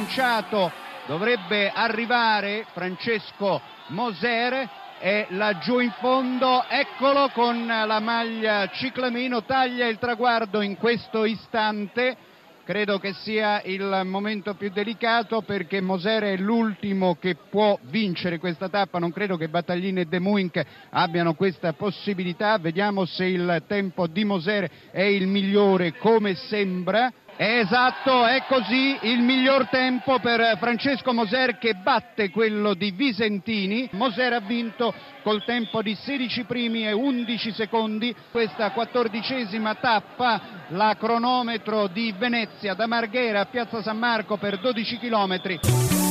cominciato, dovrebbe arrivare Francesco Moser, è laggiù in fondo, eccolo con la maglia ciclamino, taglia il traguardo in questo istante. Credo che sia il momento più delicato perché Moser è l'ultimo che può vincere questa tappa, non credo che Battaglini e De Muynck abbiano questa possibilità. Vediamo se il tempo di Moser è il migliore, come sembra. È esatto, è così, il miglior tempo per Francesco Moser che batte quello di Visentini. Moser ha vinto col tempo di 16 primi e 11 secondi questa 14ª tappa, la cronometro di Venezia da Marghera a Piazza San Marco per 12 chilometri.